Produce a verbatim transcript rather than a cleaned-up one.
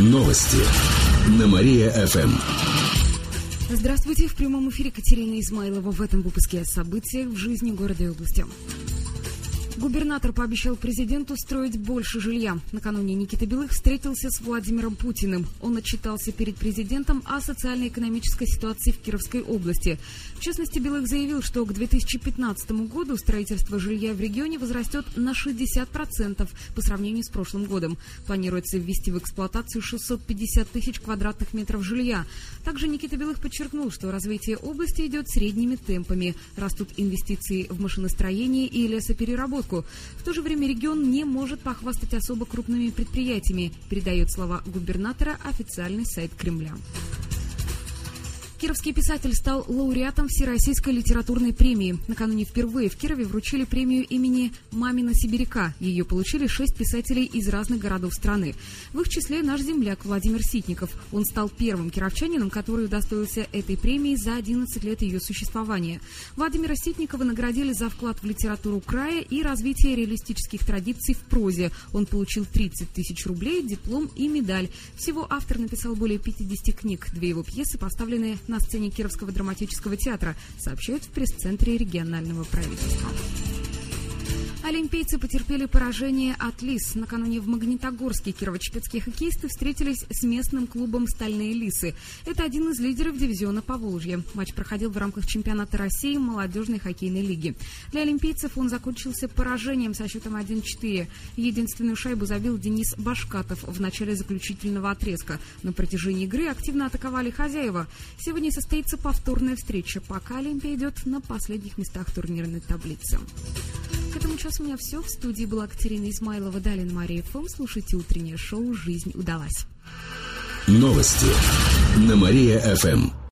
Новости на Мария-ФМ. Здравствуйте, в прямом эфире Катерина Измайлова. В этом выпуске о событиях в жизни города и области. Губернатор пообещал президенту строить больше жилья. Накануне Никита Белых встретился с Владимиром Путиным. Он отчитался перед президентом о социально-экономической ситуации в Кировской области. В частности, Белых заявил, что к две тысячи пятнадцатому году строительство жилья в регионе возрастет на шестьдесят процентов по сравнению с прошлым годом. Планируется ввести в эксплуатацию шестьсот пятьдесят тысяч квадратных метров жилья. Также Никита Белых подчеркнул, что развитие области идет средними темпами. Растут инвестиции в машиностроение и лесопереработку. В то же время регион не может похвастать особо крупными предприятиями, передает слова губернатора официальный сайт Кремля. Кировский писатель стал лауреатом Всероссийской литературной премии. Накануне впервые в Кирове вручили премию имени Мамина Сибиряка. Ее получили шесть писателей из разных городов страны. В их числе наш земляк Владимир Ситников. Он стал первым кировчанином, который удостоился этой премии за одиннадцать лет ее существования. Владимира Ситникова наградили за вклад в литературу края и развитие реалистических традиций в прозе. Он получил тридцать тысяч рублей, диплом и медаль. Всего автор написал более пятидесяти книг. Две его пьесы поставлены на сцене Кировского драматического театра, сообщают в пресс-центре регионального правительства. Олимпийцы потерпели поражение от Лис. Накануне в Магнитогорске кирово-чепецкие хоккеисты встретились с местным клубом «Стальные Лисы». Это один из лидеров дивизиона Поволжья. Матч проходил в рамках чемпионата России молодежной хоккейной лиги. Для олимпийцев он закончился поражением со счетом один-четыре. Единственную шайбу забил Денис Башкатов в начале заключительного отрезка. На протяжении игры активно атаковали хозяева. Сегодня состоится повторная встреча, пока Олимпия идет на последних местах турнирной таблицы. К этому часу у меня все. В студии была Катерина Измайлова. Далее на Мария-ФМ. Слушайте утреннее шоу «Жизнь удалась». Новости на Мария-ФМ.